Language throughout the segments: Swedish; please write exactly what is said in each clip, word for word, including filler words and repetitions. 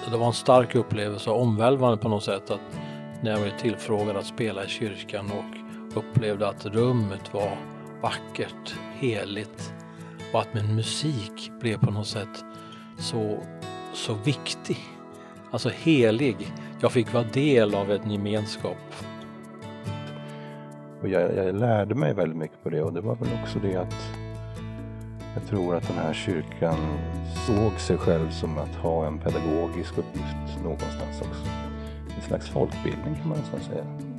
det var en stark upplevelse, omvälvande på något sätt, att när jag blev tillfrågad att spela i kyrkan och upplevde att rummet var vackert, heligt och att min musik blev på något sätt så, så viktig, alltså helig. Jag fick vara del av en gemenskap. Och jag, jag lärde mig väldigt mycket på det, och det var väl också det att jag tror att den här kyrkan såg sig själv som att ha en pedagogisk uppgift någonstans också. En slags folkbildning kan man nästan säga. Mm.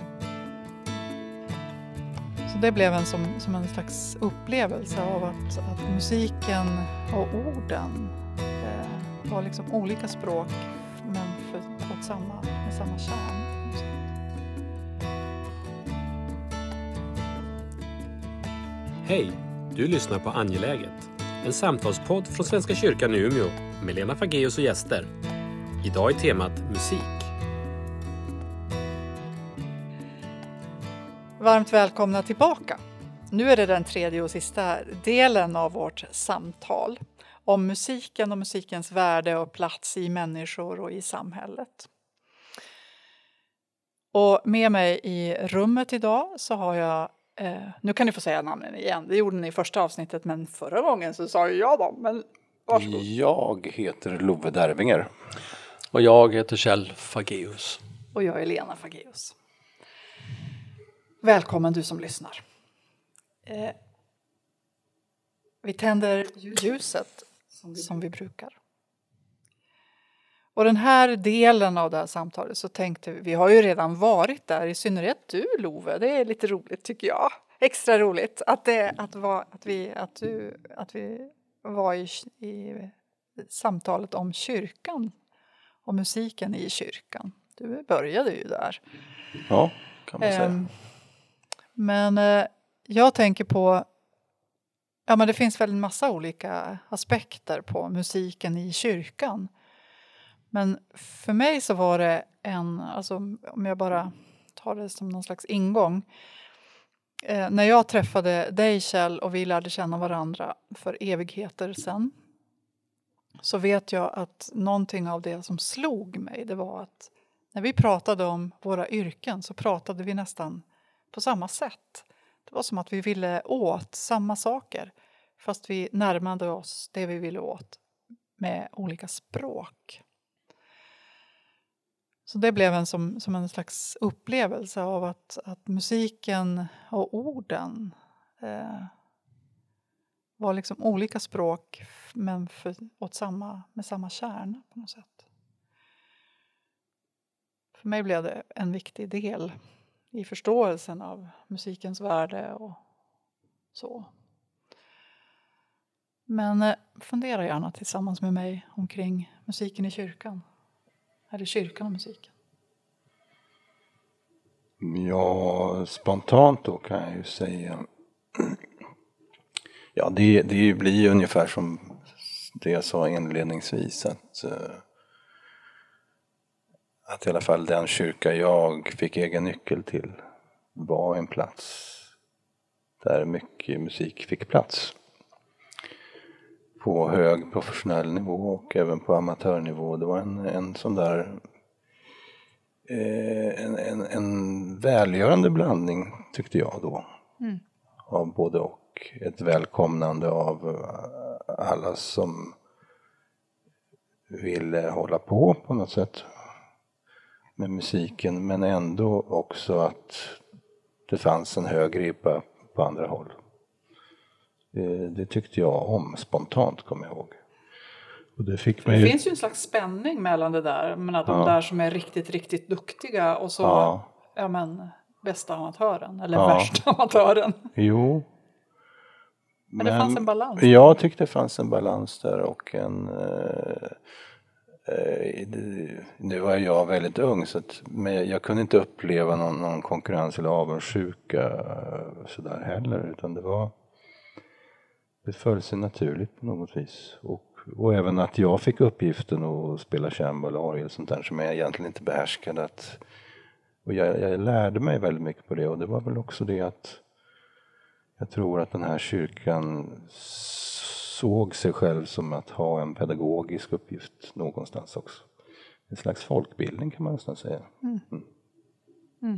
Så det blev en som, som en slags upplevelse av att, att musiken och orden eh, var liksom olika språk men för, åt samma, med samma kärn. Hej, du lyssnar på Angeläget. En samtalspodd från Svenska kyrkan i Umeå med Lena Fageus och gäster. Idag är temat musik. Varmt välkomna tillbaka. Nu är det den tredje och sista delen av vårt samtal om musiken och musikens värde och plats i människor och i samhället. Och med mig i rummet idag så har jag, eh, nu kan ni få säga namnen igen, det gjorde ni i första avsnittet men förra gången så sa ju jag dem, men varsågod. Jag heter Love Dervinger. Och jag heter Kjell Fageus. Och jag är Lena Fageus. Välkommen du som lyssnar. Eh, vi tänder ljuset som vi, som vi brukar. Och den här delen av det här samtalet så tänkte vi, vi har ju redan varit där, i synnerhet du Love, det är lite roligt tycker jag. Extra roligt att, det, att, var, att, vi, att, du, att vi var i, i samtalet om kyrkan och musiken i kyrkan. Du började ju där. Ja, kan man säga. Um, Men eh, jag tänker på, ja men det finns väl en massa olika aspekter på musiken i kyrkan. Men för mig så var det en, alltså om jag bara tar det som någon slags ingång. Eh, när jag träffade dig Kjell och vi lärde känna varandra för evigheter sedan. Så vet jag att någonting av det som slog mig, det var att när vi pratade om våra yrken så pratade vi nästan på samma sätt. Det var som att vi ville åt samma saker. Fast vi närmade oss det vi ville åt med olika språk. Så det blev en som, som en slags upplevelse av att, att musiken och orden eh, var liksom olika språk men för, åt samma, med samma kärna på något sätt. För mig blev det en viktig del i förståelsen av musikens värde och så. Men eh, fundera gärna tillsammans med mig omkring musiken i kyrkan. Eller kyrkan och musiken. Ja, spontant då kan jag ju säga. Ja, det, det blir ju ungefär som det jag sa inledningsvis. Att, att i alla fall den kyrka jag fick egen nyckel till var en plats där mycket musik fick plats. På hög professionell nivå och även på amatörnivå. Det var en, en sån där eh, en, en, en välgörande blandning tyckte jag då. Mm. Av både och. Ett välkomnande av alla som ville hålla på på något sätt med musiken. Men ändå också att det fanns en hög ribba på andra håll. Det, det tyckte jag om spontant, kommer jag ihåg. Och det fick mig det ju... finns ju en slags spänning mellan det där. Men att de ja. där som är riktigt, riktigt duktiga och så, ja, ja men, bästa amatören. Eller ja. värsta amatören. Jo. Men, men det fanns en balans. Jag tyckte det fanns en balans där och en... Eh, eh, nu var jag väldigt ung så att, men jag kunde inte uppleva någon, någon konkurrens eller avundsjuka eh, sådär heller. Utan det var... Det föll sig naturligt på något vis. Och, och även att jag fick uppgiften att spela cembalo och orgel sånt där som jag egentligen inte behärskade. Att, och jag, jag lärde mig väldigt mycket på det. Och det var väl också det att jag tror att den här kyrkan såg sig själv som att ha en pedagogisk uppgift någonstans också. en slags folkbildning kan man nästan säga. Mm. Mm.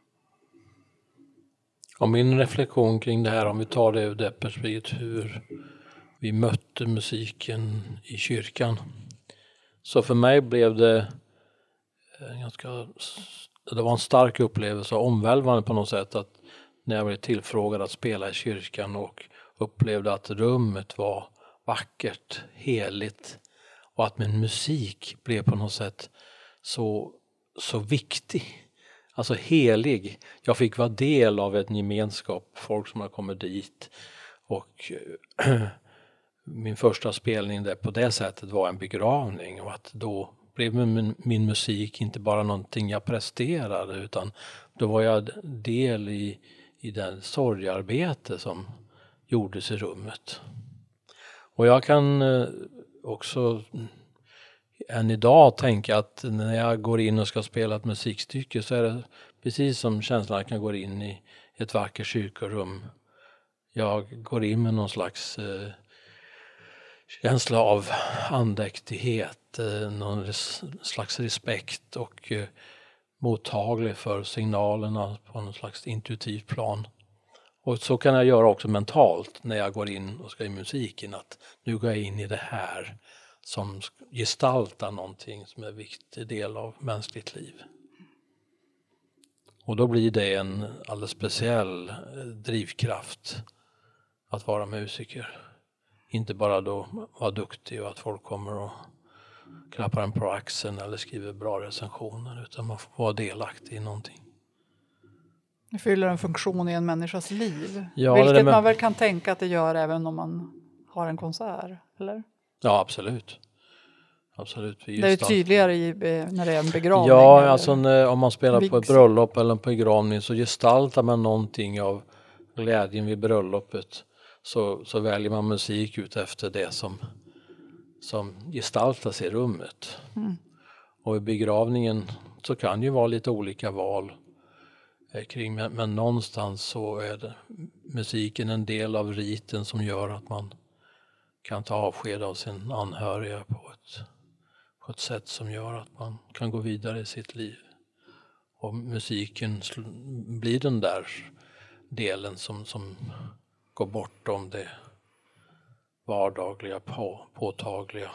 Och min reflektion kring det här, om vi tar det ur det perspektivet hur vi mötte musiken i kyrkan. Så för mig blev det en ganska, det var en stark upplevelse, omvälvande på något sätt, att när jag blev tillfrågad att spela i kyrkan och upplevde att rummet var vackert, heligt och att min musik blev på något sätt så, så viktig. Alltså helig. Jag fick vara del av en gemenskap, folk som har kommit dit. Och min första spelning där på det sättet var en begravning. Och att då blev min, min musik inte bara någonting jag presterade, utan då var jag del i, i den sorgarbete som gjordes i rummet. Och jag kan också än idag tänka att när jag går in och ska spela ett musikstycke så är det precis som känslan att jag går in i ett vackert kyrkorum. Jag går in med någon slags eh, känsla av andäktighet, eh, någon res, slags respekt och eh, mottaglig för signalerna på någon slags intuitivt plan. Och så kan jag göra också mentalt när jag går in och ska i musiken, att nu går jag in i det här som gestaltar någonting som är en viktig del av mänskligt liv. Och då blir det en alldeles speciell drivkraft att vara musiker. Inte bara då vara duktig och att folk kommer och klappar en på axeln eller skriver bra recensioner, utan man får vara delaktig i någonting. Det fyller en funktion i en människas liv. Ja, vilket det med... man väl kan tänka att det gör även om man har en konsert, eller? Ja, absolut. absolut. Det är ju tydligare i, när det är en begravning. Ja, alltså när, om man spelar vigsel. på ett bröllop eller på begravning så gestaltar man någonting av glädjen vid bröllopet. Så, så väljer man musik ut efter det som, som gestaltas i rummet. Mm. Och i begravningen så kan det ju vara lite olika val eh, kring, men, men någonstans så är det, musiken en del av riten som gör att man kan ta avsked av sin anhöriga på ett, på ett sätt som gör att man kan gå vidare i sitt liv. Och musiken sl- blir den där delen som, som går bortom det vardagliga, på, påtagliga.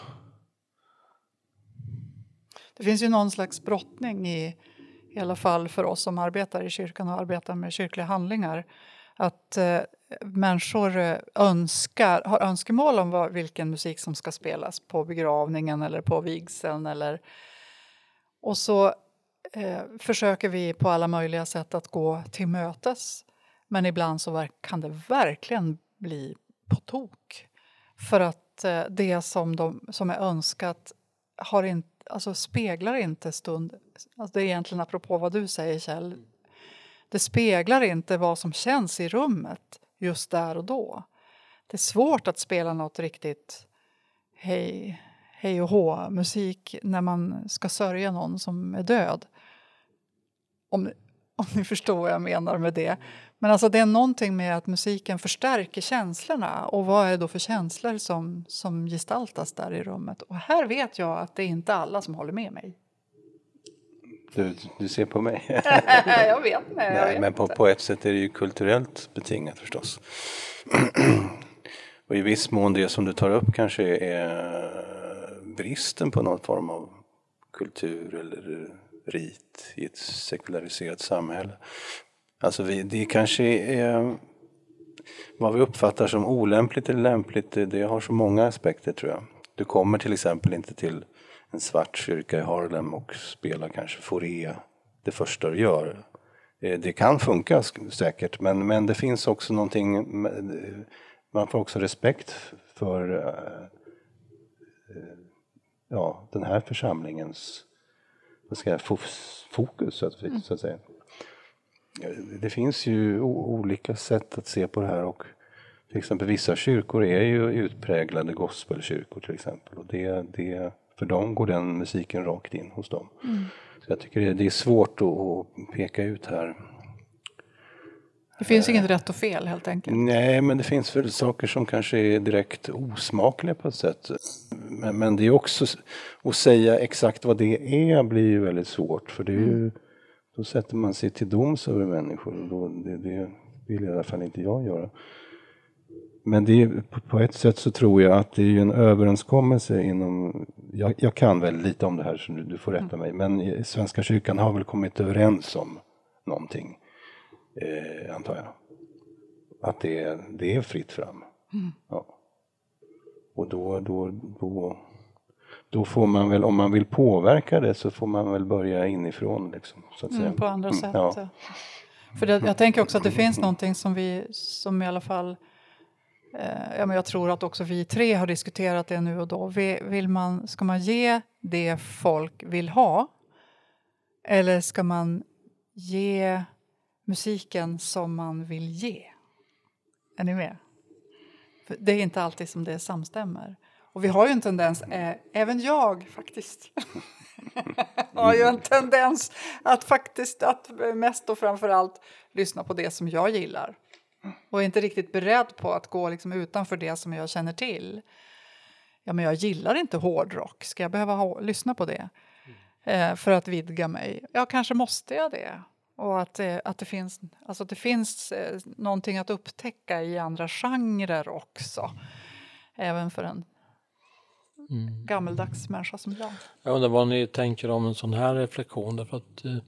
Det finns ju någon slags brottning i, i alla fall för oss som arbetar i kyrkan och arbetar med kyrkliga handlingar. Att eh, människor önskar, har önskemål om vad, vilken musik som ska spelas på begravningen eller på vigseln. Eller, och så eh, försöker vi på alla möjliga sätt att gå till mötes. Men ibland så kan det verkligen bli på tok. För att eh, det som, de, som är önskat har inte, alltså speglar inte stund. Alltså det är egentligen apropå vad du säger, Kjell. Det speglar inte vad som känns i rummet just där och då. Det är svårt att spela något riktigt hej, hej och hå musik när man ska sörja någon som är död. Om, om ni förstår vad jag menar med det. Men alltså det är någonting med att musiken förstärker känslorna. Och vad är det då för känslor som, som gestaltas där i rummet? Och här vet jag att det är inte alla som håller med mig. Du, du ser på mig. jag vet inte. Nej, jag vet men på, på ett sätt är det ju kulturellt betingat förstås. Och i viss mån det som du tar upp kanske är bristen på någon form av kultur eller rit i ett sekulariserat samhälle. Alltså vi, det kanske är vad vi uppfattar som olämpligt eller lämpligt, det, det har så många aspekter tror jag. Du kommer till exempel inte till en svart kyrka i Harlem och spelar kanske Forea det första du gör. Det kan funka säkert, men, men det finns också någonting, man får också respekt för ja, den här församlingens vad ska jag, fokus så att, så att säga. Det finns ju olika sätt att se på det här och till exempel vissa kyrkor är ju utpräglade gospelkyrkor till exempel och det, det, för dem går den musiken rakt in hos dem. Mm. Så jag tycker det, det är svårt att, att peka ut här Det finns inget rätt och fel helt enkelt. Nej, men det finns väl saker som kanske är direkt osmakliga på ett sätt. Men, men det är också att säga exakt vad det är blir ju väldigt svårt. För det är ju, då sätter man sig till doms över människor. Och då, det, det vill i alla fall inte jag göra. Men det är, på ett sätt så tror jag att det är en överenskommelse inom... Jag, jag kan väl lite om det här så du, du får rätta mig. Men Svenska kyrkan har väl kommit överens om någonting. Eh, antar jag. Att det är, det är fritt fram. Mm. Ja. Och då, då, då, då får man väl, om man vill påverka det så får man väl börja inifrån. Liksom, så att säga. Mm, på andra mm, sätt. Ja. För det, jag tänker också att det finns någonting som vi, som i alla fall, eh, ja, men jag tror att också vi tre har diskuterat det nu och då. Vill man, ska man ge det folk vill ha? Eller ska man ge musiken som man vill ge? Är ni med? För det är inte alltid som det samstämmer. Och vi har ju en tendens, äh, även jag faktiskt, har ju en tendens att faktiskt, att mest och framförallt lyssna på det som jag gillar. Och är inte riktigt beredd på att gå liksom utanför det som jag känner till. Ja, men jag gillar inte hårdrock. Ska jag behöva ha, lyssna på det? Eh, för att vidga mig? Ja, kanske måste jag det. Och att, eh, att det finns, alltså det finns eh, någonting att upptäcka i andra genrer också. Även för en mm. gammeldags människa som jag. Jag undrar vad ni tänker om en sån här reflektion. Därför att, eh,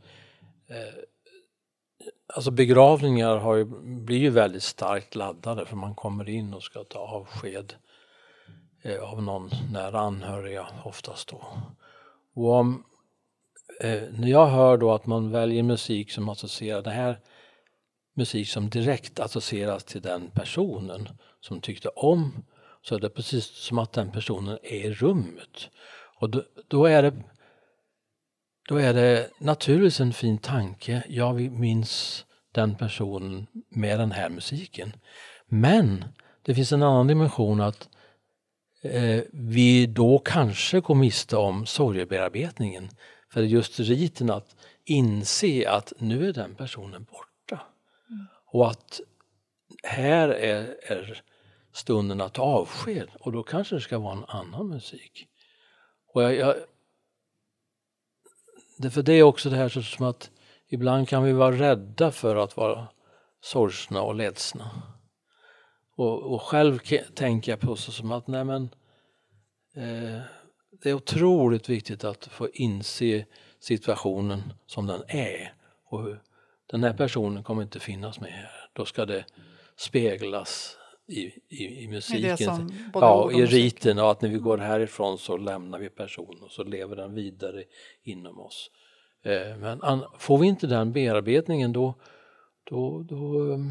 alltså begravningar har ju, blir ju väldigt starkt laddade. För man kommer in och ska ta avsked eh, av någon nära anhöriga oftast då. Och om Eh, när jag hör då att man väljer musik som associerar det här musik som direkt associeras till den personen som tyckte om, så är det precis som att den personen är i rummet. Och då, då är det då är det naturligtvis en fin tanke. Jag minns den personen med den här musiken. Men det finns en annan dimension att eh, vi då kanske går miste om sorgebearbetningen. För just riten att inse att nu är den personen borta. Mm. Och att här är, är stunden att ta avsked. Och då kanske det ska vara en annan musik. Och jag, jag, det, för det är också det här så som att ibland kan vi vara rädda för att vara sorgsna och ledsna. Och, och själv tänker jag på så som att nej men... Eh, det är otroligt viktigt att få inse situationen som den är. Och hur den här personen kommer inte finnas med här. Då ska det speglas i, i, i musiken. Ja, i riten. Och att när vi går härifrån så lämnar vi personen och så lever den vidare inom oss. Eh, men an, får vi inte den bearbetningen då, då, då um,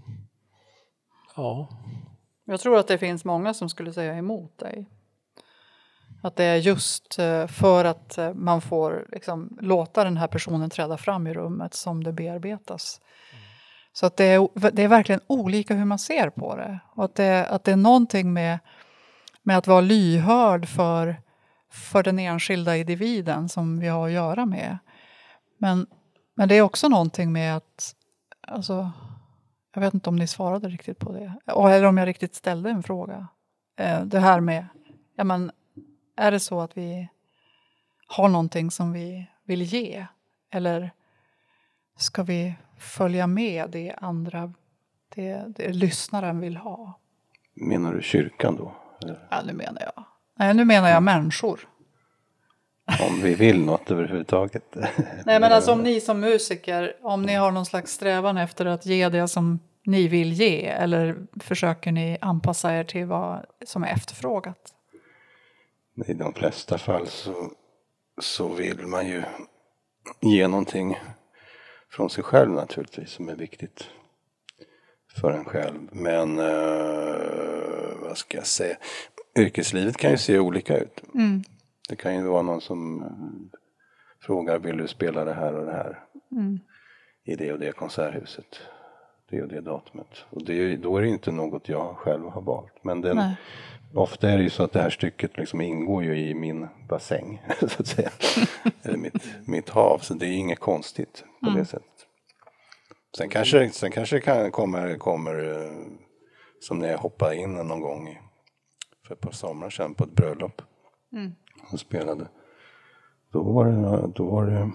ja. Jag tror att det finns många som skulle säga emot dig. Att det är just för att man får liksom låta den här personen träda fram i rummet som det bearbetas. Mm. Så att det är, det är verkligen olika hur man ser på det. Och att det, att det är någonting med, med att vara lyhörd för, för den enskilda individen som vi har att göra med. Men, men det är också någonting med att... Alltså, jag vet inte om ni svarade riktigt på det. Eller om jag riktigt ställde en fråga. Det här med... Ja, men, är det så att vi har någonting som vi vill ge? Eller ska vi följa med det andra, det, det lyssnaren vill ha? Menar du kyrkan då? Eller? Ja, nu menar jag. Nej, nu menar jag människor. Om vi vill något överhuvudtaget. Nej, men alltså om ni som musiker, om ni har någon slags strävan efter att ge det som ni vill ge. Eller försöker ni anpassa er till vad som är efterfrågat? I de flesta fall så, så vill man ju ge någonting från sig själv naturligtvis som är viktigt för en själv. Men uh, vad ska jag säga? Yrkeslivet kan ju se olika ut. Mm. Det kan ju vara någon som frågar, vill du spela det här och det här mm. i det och det konserthuset, det och det datumet. Och det, då är det inte något jag själv har valt. Men den, ofta är det ju så att det här stycket liksom ingår ju i min bassäng, så att säga. Eller mitt, mitt hav, så det är inget konstigt på mm. det sättet. Sen kanske, sen kanske det kan, kommer, kommer som när jag hoppade in någon gång i, för ett par somrar sedan på ett bröllop mm. och spelade. Då var det, då var det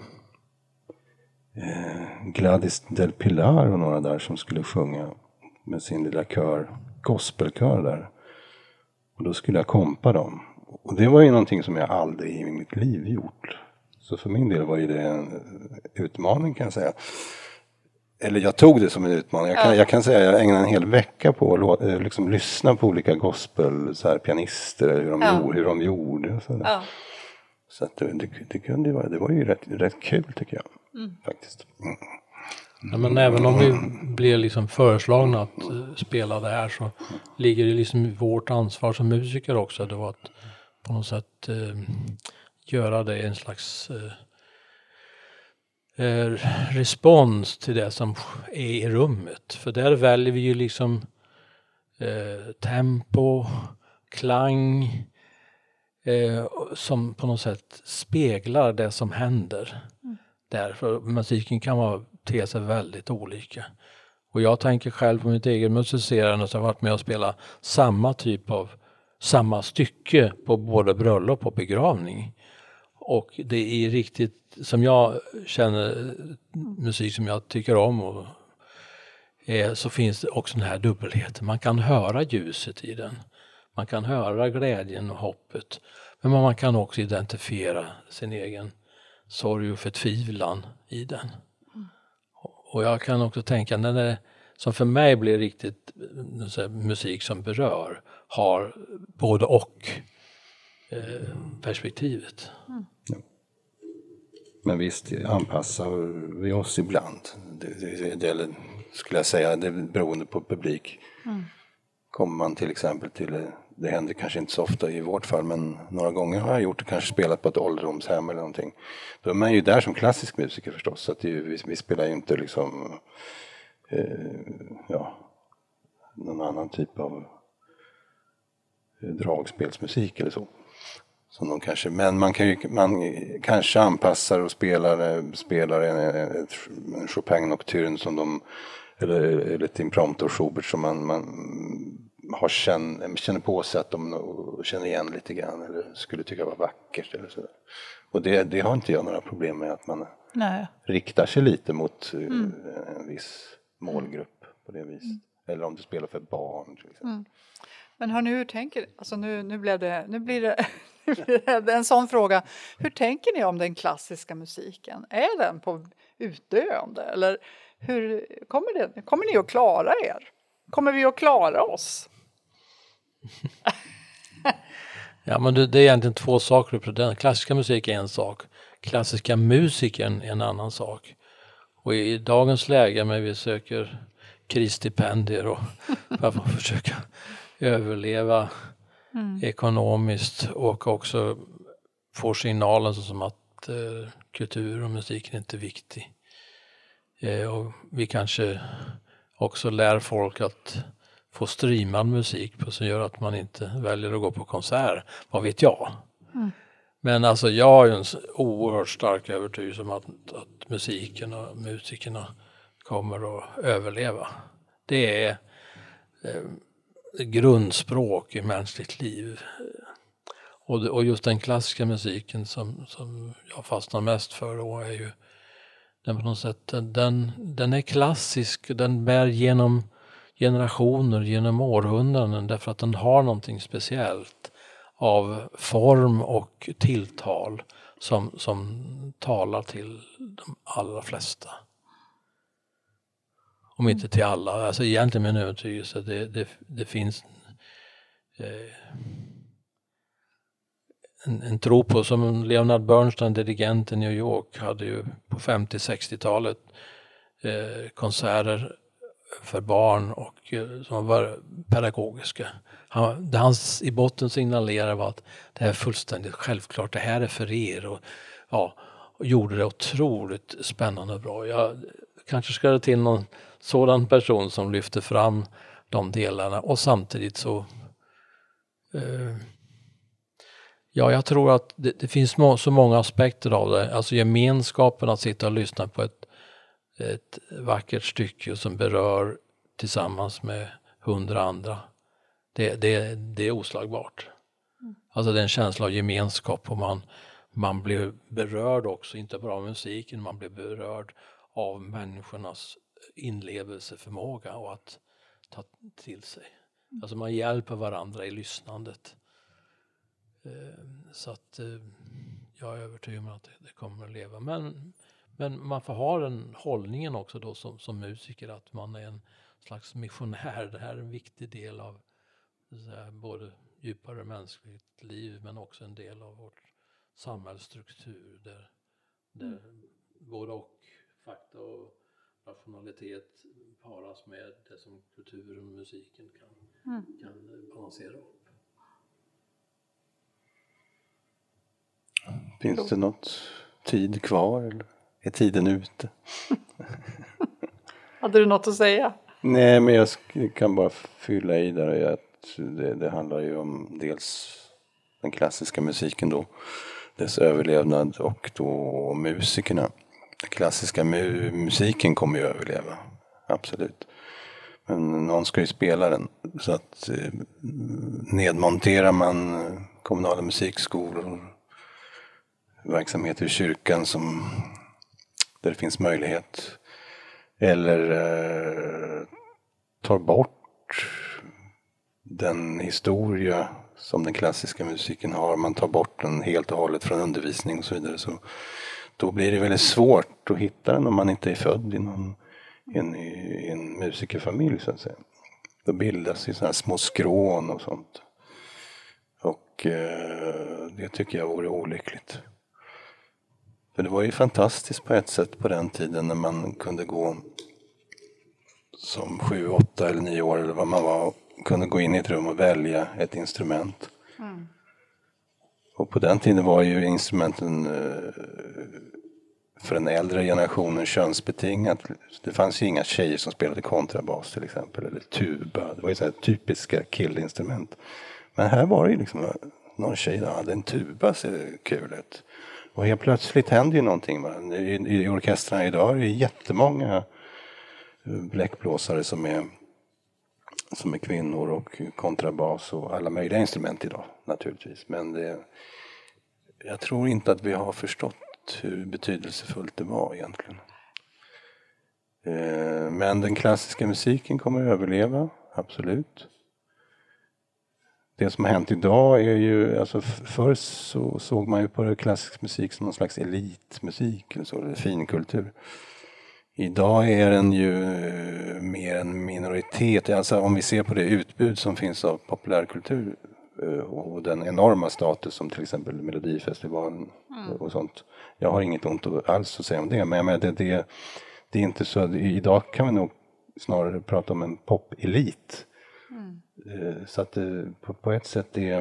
eh, Gladys Del Pilar och några där som skulle sjunga med sin lilla kör, gospelkör där. Och då skulle jag kompa dem. Och det var ju någonting som jag aldrig i mitt liv gjort. Så för min del var ju det en utmaning kan jag säga. Eller jag tog det som en utmaning. Jag kan, ja. jag kan säga att jag ägnade en hel vecka på att liksom, lyssna på olika gospel, så här, pianister, hur de, ja. gjorde, hur de gjorde. Och så ja. så att det, det, det, kunde ju vara, det var ju rätt, rätt kul tycker jag. Mm. Faktiskt. Mm. Ja, men även om vi blir liksom föreslagna att uh, spela det här så ligger det liksom vårt ansvar som musiker också då att på något sätt uh, göra det en slags uh, uh, respons till det som är i rummet. För där väljer vi ju liksom uh, tempo, klang uh, som på något sätt speglar det som händer. Mm. Därför musiken kan vara te sig väldigt olika. Och jag tänker själv på mitt eget musicerande så jag har varit med och spelat samma typ av samma stycke på både bröllop och begravning. Och det är riktigt som jag känner musik som jag tycker om och är, så finns det också den här dubbelheten. Man kan höra ljuset i den. Man kan höra glädjen och hoppet. Men man kan också identifiera sin egen sorg och förtvivlan i den. Och jag kan också tänka när det som för mig blir riktigt här, musik som berör har både och eh, perspektivet. Mm. Ja. Men visst anpassar vi oss ibland. Det, det, det skulle jag säga, det är beroende på publik. Mm. Kommer man till exempel till, det händer kanske inte så ofta i vårt fall, men några gånger har jag gjort det, kanske spelat på ett ålderdomshem eller någonting. Då är man ju där som klassisk musiker förstås, så att det, vi, vi spelar ju inte liksom eh, ja, någon annan typ av dragspelsmusik eller så. Som de kanske, men man kan ju man kanske anpassar och spelar, spelar en, en, en Chopin-nocturne som de eller, eller ett impromptu Schubert som man, man har känn, känner på sig att de känner igen lite grann eller skulle tycka var vackert eller sådär. Och det, det har inte jag några problem med att man Nej. riktar sig lite mot mm. en viss målgrupp på det viset. Mm. Eller om du spelar för barn till exempel. Mm. Men hör ni, hur tänker, alltså nu, nu, blev det, nu blir det, nu blir det en sån fråga. Hur tänker ni om den klassiska musiken? Är den på utdöende eller hur kommer det, kommer ni att klara er? Kommer vi att klara oss? Ja, men det, det är egentligen två saker. Den klassiska musiken är en sak. Klassiska musiken är en annan sak. Och i, i dagens läge när vi söker krisstipendier och för att försöka överleva mm. ekonomiskt och också få signalen som att eh, kultur och musiken inte är viktig. Eh, och vi kanske också lär folk att få streamad musik på som gör att man inte väljer att gå på konsert. Vad vet jag? Mm. Men alltså jag har ju en oerhört stark övertygelse om att, att musiken och musikerna kommer att överleva. Det är eh, grundspråk i mänskligt liv. Och, och just den klassiska musiken som, som jag fastnar mest för då är ju den på något sätt, den, den är klassisk, den bär genom generationer, genom århundraden därför att den har någonting speciellt av form och tilltal som, som talar till de allra flesta. Om inte till alla. Alltså egentligen min övertygelse det, det, det finns eh, en, en tro på som Leonard Bernstein, dirigent i New York, hade ju på femtio-sextiotalet eh, konserter för barn och eh, som var pedagogiska. Han, det hans i botten signalerade var att det här är fullständigt självklart, det här är för er och, ja, och gjorde det otroligt spännande och bra. Jag kanske ska det till någon sådan person som lyfter fram de delarna och samtidigt så eh, ja, jag tror att det, det finns må, så många aspekter av det. Alltså gemenskapen att sitta och lyssna på ett ett vackert stycke som berör tillsammans med hundra andra. Det, det, det är oslagbart. Mm. Alltså det är en känsla av gemenskap och man, man blir berörd också, inte bara av musiken, man blir berörd av människornas inlevelseförmåga och att ta till sig. Mm. Alltså man hjälper varandra i lyssnandet. Så att jag är övertygad om att det kommer att leva. Men, men man får ha den hållningen också då som, som musiker, att man är en slags missionär. Det här är en viktig del av så här, både djupare mänskligt liv men också en del av vårt samhällsstruktur där, där mm. både och fakta och rationalitet paras med det som kulturen och musiken kan, mm. kan balansera upp. Finns det något tid kvar eller är tiden ute? Hade du något att säga? Nej, men jag kan bara fylla i där att det, det handlar ju om dels den klassiska musiken då, dess överlevnad och då musikerna. Den klassiska mu- musiken kommer ju överleva, absolut. Men någon ska ju spela den, så att eh, nedmonterar man kommunala musikskolor, verksamheter i kyrkan som, där det finns möjlighet, eller eh, tar bort den historia som den klassiska musiken har, man tar bort den helt och hållet från undervisning och så vidare, så då blir det väldigt svårt att hitta den om man inte är född i någon, en, i en musikerfamilj så att säga. Då bildas ju sådana här små skrån och sånt, och eh, det tycker jag vore olyckligt. För det var ju fantastiskt på ett sätt på den tiden när man kunde gå som sju, åtta eller nio år eller vad man var, kunde gå in i ett rum och välja ett instrument. Mm. Och på den tiden var ju instrumenten för den äldre generationen könsbetingat. Det fanns ju inga tjejer som spelade kontrabas till exempel, eller tuba. Det var ju så här typiska killinstrument. Men här var det ju liksom någon tjej som hade en tuba, ser det kul ut. Och helt plötsligt händer ju någonting. Va? I, i orkestrarna idag är det jättemånga bläckblåsare som är, som är kvinnor, och kontrabas och alla möjliga instrument idag naturligtvis. Men det, jag tror inte att vi har förstått hur betydelsefullt det var egentligen. Eh, men den klassiska musiken kommer att överleva, absolut. Det som har hänt idag är ju, alltså förr så såg man ju på klassisk musik som någon slags elitmusik eller så, eller finkultur. Idag är den ju mer en minoritet, alltså om vi ser på det utbud som finns av populärkultur och den enorma status som till exempel Melodifestivalen mm. och sånt. Jag har inget ont alls att säga om det, men jag menar, det, det, det är inte så att idag kan vi nog snarare prata om en popelit. Mm. Så att det, på, på ett sätt det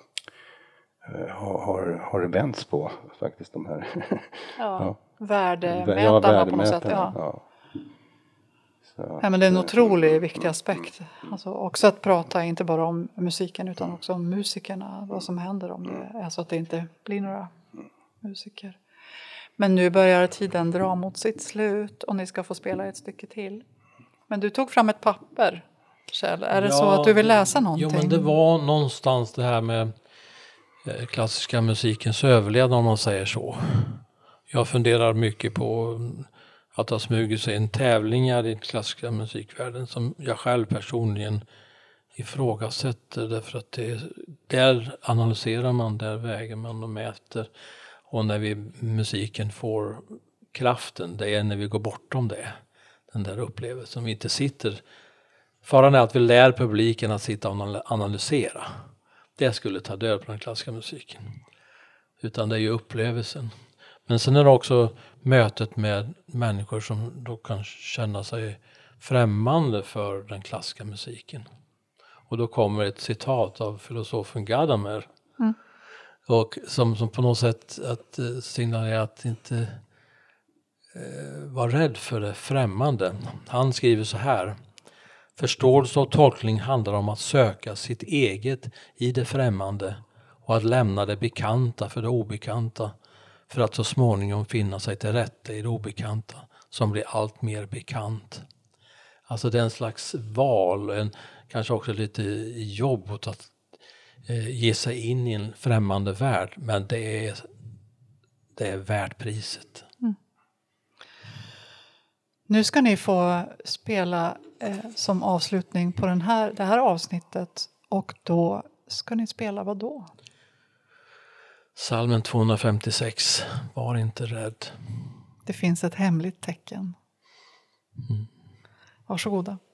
har, har, har det vänts på faktiskt de här ja, ja. värdemätarna ja, värdemätarna på något sätt. Ja. Ja. Så, ja, men det är en otroligt viktig aspekt. Alltså också att prata inte bara om musiken utan också om musikerna. Vad som händer om det är så att det inte blir några musiker. Men nu börjar tiden dra mot sitt slut och ni ska få spela ett stycke till. Men du tog fram ett papper, Kjell. Är det ja, så att du vill läsa någonting? Jo, men det var någonstans det här med klassiska musikens överlevnad, om man säger så. Jag funderar mycket på att det har smugit sig en tävlingar i klassiska musikvärlden som jag själv personligen ifrågasätter, därför att det, där analyserar man, där väger man och mäter, och när vi musiken får kraften, det är när vi går bortom det, den där upplevelsen, vi inte sitter, faran är att vi lär publiken att sitta och analysera, det skulle ta död på den klassiska musiken, utan det är ju upplevelsen. Men sen är det också mötet med människor som då kan känna sig främmande för den klassiska musiken. Och då kommer ett citat av filosofen Gadamer. Mm. Och som, som på något sätt att uh, signalerar att inte uh, vara rädd för det främmande. Han skriver så här: förståelse och tolkning handlar om att söka sitt eget i det främmande och att lämna det bekanta för det obekanta, för att så småningom finna sig till rätta i det obekanta, som blir allt mer bekant. Alltså det är en slags val, en, kanske också lite jobb att eh, ge sig in i en främmande värld, men det är, det är värt priset. Mm. Nu ska ni få spela eh, som avslutning på den här, det här avsnittet, och då ska ni spela vad då? Psalmen tvåhundrafemtiosex, var inte rädd. Det finns ett hemligt tecken. Mm. Varsågoda.